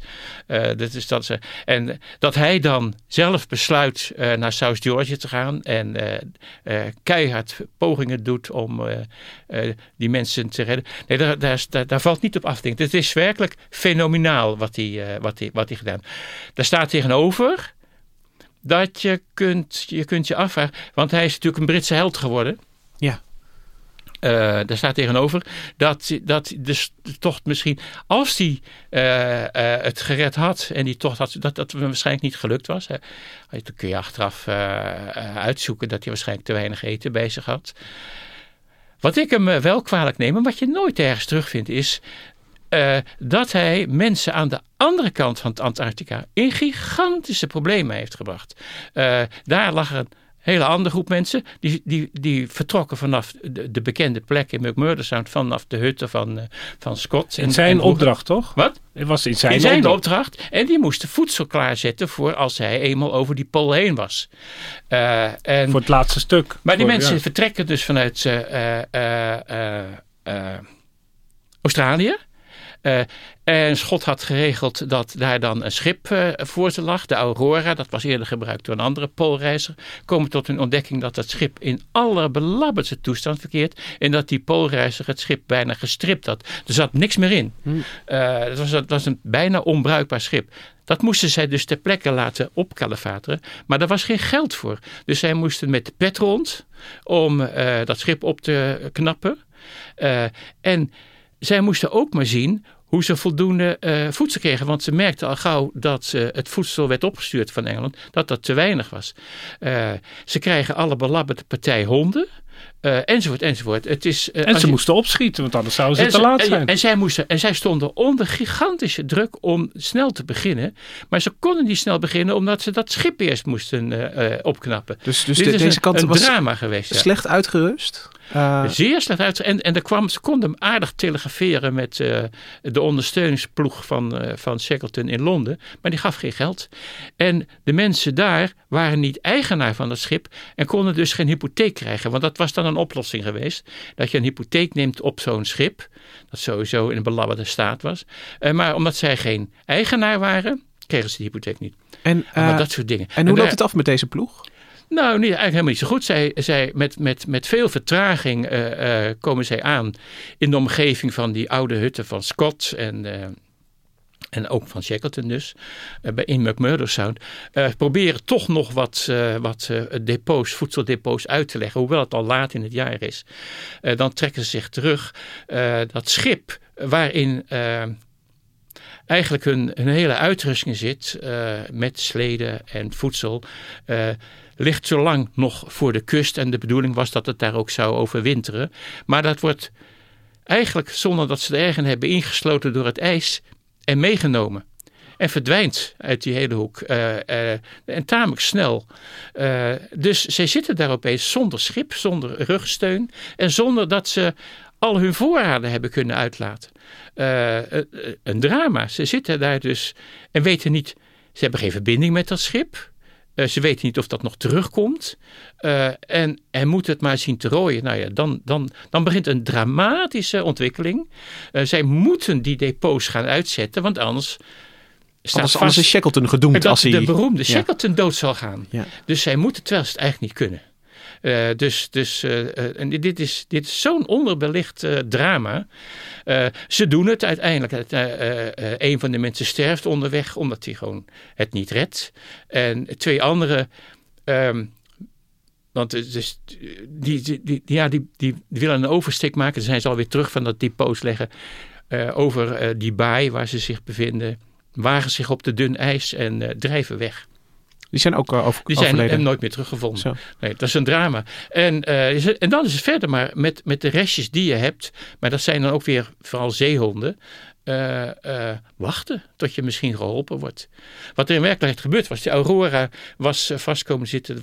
En dat hij dan zelf besluit naar South Georgia te gaan. En keihard pogingen doet om die mensen te redden. Nee, daar valt niet op af te denken. Het is werkelijk fenomenaal wat hij gedaan heeft. Daar staat tegenover dat je kunt je afvragen. Want hij is natuurlijk een Britse held geworden.
Ja.
Daar staat tegenover dat de tocht misschien, als hij het gered had en die tocht had, dat waarschijnlijk niet gelukt was. Dan kun je achteraf uitzoeken dat hij waarschijnlijk te weinig eten bij zich had. Wat ik hem wel kwalijk neem, en wat je nooit ergens terugvindt, is dat hij mensen aan de andere kant van het Antarctica in gigantische problemen heeft gebracht. Daar lag een hele andere groep mensen die vertrokken vanaf de bekende plek in McMurdo Sound, vanaf de hutten van Scott.
In zijn opdracht, toch?
Wat?
Het was in
zijn opdracht. En die moesten voedsel klaarzetten voor als hij eenmaal over die pool heen was.
Voor het laatste stuk.
Maar die mensen vertrekken dus vanuit Australië. En Scott had geregeld dat daar dan een schip voor ze lag. De Aurora, dat was eerder gebruikt door een andere poolreiziger. Komen tot hun ontdekking dat dat schip in allerbelabberdste toestand verkeert. En dat die poolreiziger het schip bijna gestript had. Er zat niks meer in. Het was een bijna onbruikbaar schip. Dat moesten zij dus ter plekke laten opkalefateren. Maar daar was geen geld voor. Dus zij moesten met de pet rond om dat schip op te knappen. En zij moesten ook maar zien hoe ze voldoende voedsel kregen. Want ze merkten al gauw dat het voedsel werd opgestuurd van Engeland, dat te weinig was. Ze krijgen alle belabberde partij honden. enzovoort. Het is,
en ze moesten opschieten, want anders zouden ze te laat zijn.
En zij stonden onder gigantische druk om snel te beginnen. Maar ze konden niet snel beginnen omdat ze dat schip eerst moesten opknappen.
Dus
deze kant was een drama geweest.
Slecht uitgerust?
Zeer slecht uitgerust. En ze konden aardig telegraferen met de ondersteuningsploeg van Shackleton in Londen. Maar die gaf geen geld. En de mensen daar waren niet eigenaar van dat schip en konden dus geen hypotheek krijgen. Want dat was dan een oplossing geweest. Dat je een hypotheek neemt op zo'n schip. Dat sowieso in een belabberde staat was. Maar omdat zij geen eigenaar waren, kregen ze die hypotheek niet. Dat soort dingen.
En hoe loopt het af met deze ploeg?
Nou, eigenlijk helemaal niet zo goed. Zij met veel vertraging komen zij aan in de omgeving van die oude hutten van Scott en ook van Shackleton dus, in McMurdo Sound, proberen toch nog wat depots, voedseldepots uit te leggen, hoewel het al laat in het jaar is. Dan trekken ze zich terug. Dat schip waarin eigenlijk hun hele uitrusting zit, met sleden en voedsel, ligt zo lang nog voor de kust en de bedoeling was dat het daar ook zou overwinteren. Maar dat wordt eigenlijk, zonder dat ze er ergens hebben ingesloten door het ijs en meegenomen. En verdwijnt uit die hele hoek. En tamelijk snel. Dus zij zitten daar opeens zonder schip, zonder rugsteun. En zonder dat ze al hun voorraden hebben kunnen uitlaten. Een drama. Ze zitten daar dus en weten niet. Ze hebben geen verbinding met dat schip. Ze weten niet of dat nog terugkomt. En moeten het maar zien te rooien. Nou ja, dan begint een dramatische ontwikkeling. Zij moeten die depots gaan uitzetten. Want anders
is Shackleton gedoemd.
Dat de beroemde Shackleton dood zal gaan. Ja. Dus zij moeten, terwijl ze het eigenlijk niet kunnen. En dit is zo'n onderbelicht drama. Ze doen het uiteindelijk. Een van de mensen sterft onderweg omdat hij gewoon het niet redt. En 2 anderen, want dus, die willen een oversteek maken. Dan zijn ze alweer terug van dat depots leggen over die baai waar ze zich bevinden. Wagen zich op de dun ijs en drijven weg.
Die zijn ook
Die zijn nooit meer teruggevonden. Zo. Nee, dat is een drama. En dan is het verder maar met de restjes die je hebt. Maar dat zijn dan ook weer vooral zeehonden. Wachten tot je misschien geholpen wordt. Wat er in werkelijkheid gebeurd was. De Aurora was vast komen zitten.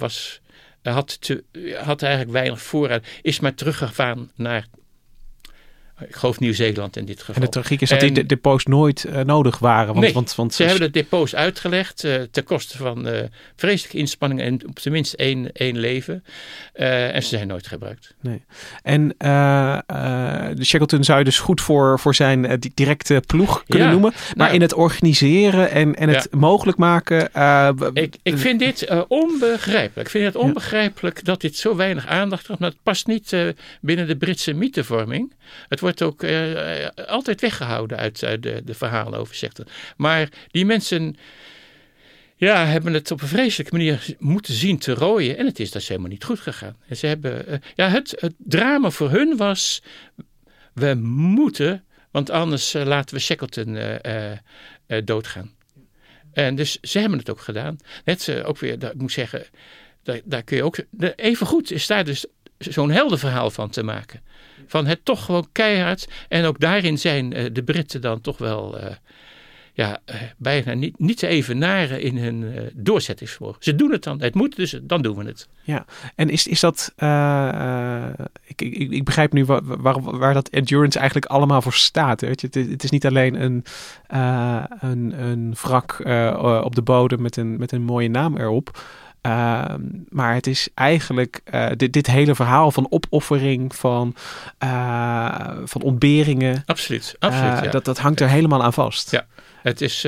Had eigenlijk weinig voorraad. Is maar teruggegaan naar, ik geloof, Nieuw-Zeeland in dit geval.
En de tragiek is dat die depots nooit nodig waren. Want
ze hebben de depots uitgelegd ten koste van vreselijke inspanningen en op zijn minst één leven. En ze zijn nooit gebruikt.
Nee. En de Shackleton zou je dus goed voor zijn directe ploeg kunnen noemen. Maar in het organiseren en het mogelijk maken.
Ik vind dit onbegrijpelijk. Ik vind het onbegrijpelijk dat dit zo weinig aandacht heeft. Maar het past niet binnen de Britse mythevorming. Het wordt ook altijd weggehouden uit de verhalen over Shackleton. Maar die mensen hebben het op een vreselijke manier moeten zien te rooien. En het is dus helemaal niet goed gegaan. En ze hebben, het drama voor hun was, we moeten, want anders laten we Shackleton doodgaan. En dus ze hebben het ook gedaan. Net ook weer, ik moet zeggen, daar kun je ook, even goed is daar dus zo'n heldenverhaal van te maken. Van het toch gewoon keihard. En ook daarin zijn de Britten dan toch wel bijna niet te evenaren in hun doorzettingsvermogen. Ze doen het dan. Het moet, dus dan doen we het.
Ja, en is dat... Ik begrijp nu waar dat endurance eigenlijk allemaal voor staat. Weet je? Het is niet alleen een wrak op de bodem met een mooie naam erop. Maar het is eigenlijk dit hele verhaal van opoffering, van ontberingen.
Absoluut.
Dat hangt er helemaal aan vast.
Ja. Het is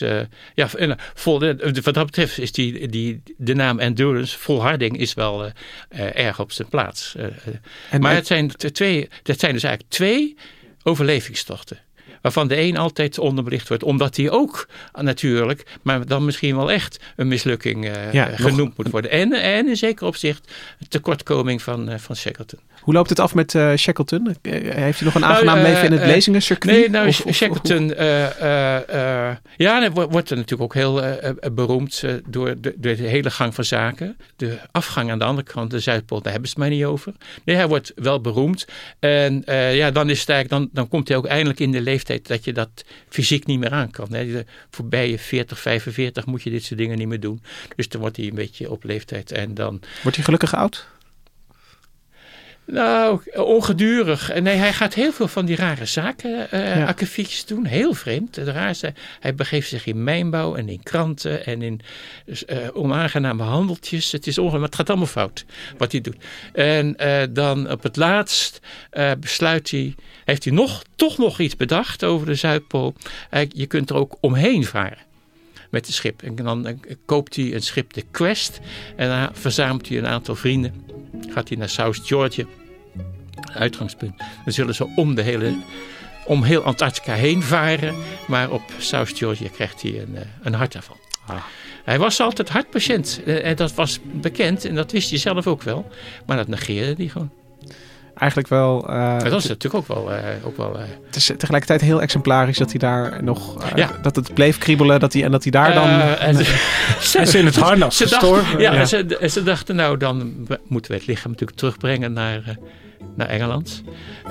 wat dat betreft is de naam endurance, volharding, is wel erg op zijn plaats. Maar het zijn dus eigenlijk 2 overlevingstochten. Waarvan de een altijd onderbelicht wordt. Omdat die ook natuurlijk, maar dan misschien wel echt een mislukking genoemd moet worden. En in zeker opzicht een tekortkoming van Shackleton.
Hoe loopt het af met Shackleton? Heeft hij nog een aangenaam leven in het lezingencircuit?
Nee, Shackleton wordt er natuurlijk ook heel beroemd door de hele gang van zaken. De afgang aan de andere kant, de Zuidpool, daar hebben ze het maar niet over. Nee, hij wordt wel beroemd. En dan is het eigenlijk, dan komt hij ook eindelijk in de leeftijd dat je dat fysiek niet meer aan kan. Hè. Voorbij je 40, 45 moet je dit soort dingen niet meer doen. Dus dan wordt hij een beetje op leeftijd. En dan... Wordt
hij gelukkig oud?
Nou, ongedurig. Nee, hij gaat heel veel van die rare zaken, akkefietjes doen. Heel vreemd. Hij begeeft zich in mijnbouw en in kranten en in onaangename handeltjes. Het is ongeveer, maar het gaat allemaal fout wat hij doet. En dan op het laatst besluit hij, heeft hij toch nog iets bedacht over de Zuidpool. Je kunt er ook omheen varen met het schip. En dan koopt hij een schip, de Quest. En dan verzamelt hij een aantal vrienden. Gaat hij naar South Georgia. Uitgangspunt. Dan zullen ze om heel Antarctica heen varen. Maar op South Georgia krijgt hij een hartaanval. Hij was altijd hartpatiënt. En dat was bekend. En dat wist hij zelf ook wel. Maar dat negeerde hij gewoon.
Eigenlijk wel...
dat is natuurlijk ook wel...
Het is tegelijkertijd heel exemplarisch dat hij daar nog... dat het bleef kriebelen dat hij daar dan...
Hij is in het harnas gestorven.
Ze dachten, nou dan moeten we het lichaam natuurlijk terugbrengen naar Engeland.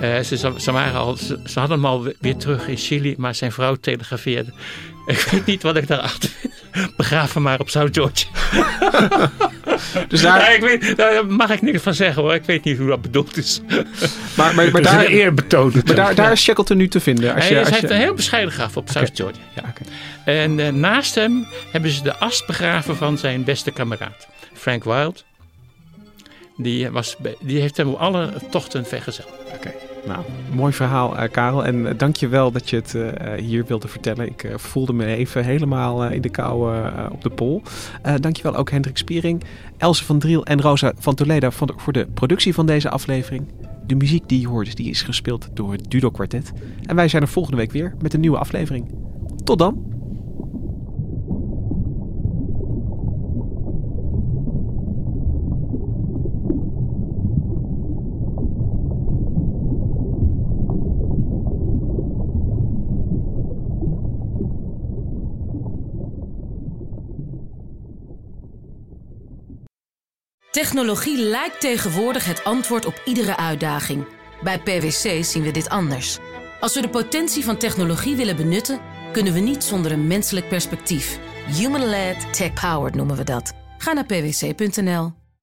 Ze hadden hem al weer terug in Chili, maar zijn vrouw telegrafeerde. Ik weet niet wat ik daarachter vind. Begraven maar op South Georgia.
Dus daar
mag ik niks van zeggen hoor. Ik weet niet hoe dat bedoeld is.
Maar daar eerbetoon.
Maar daar is Shackleton nu te vinden.
Hij heeft een heel bescheiden graf op South Georgia. Ja. Okay. En naast hem hebben ze de as begraven van zijn beste kameraad. Frank Wilde. Die heeft hem op alle tochten vergezeld.
Oké. Nou, mooi verhaal, Karel. En dank je wel dat je het hier wilde vertellen. Ik voelde me even helemaal in de kou op de Pool. Dank je wel ook Hendrik Spiering, Else van Driel en Rosa van Toledo voor de productie van deze aflevering. De muziek die je hoort, die is gespeeld door het Dudok Kwartet. En wij zijn er volgende week weer met een nieuwe aflevering. Tot dan!
Technologie lijkt tegenwoordig het antwoord op iedere uitdaging. Bij PwC zien we dit anders. Als we de potentie van technologie willen benutten, kunnen we niet zonder een menselijk perspectief. Human-led, tech-powered noemen we dat. Ga naar pwc.nl.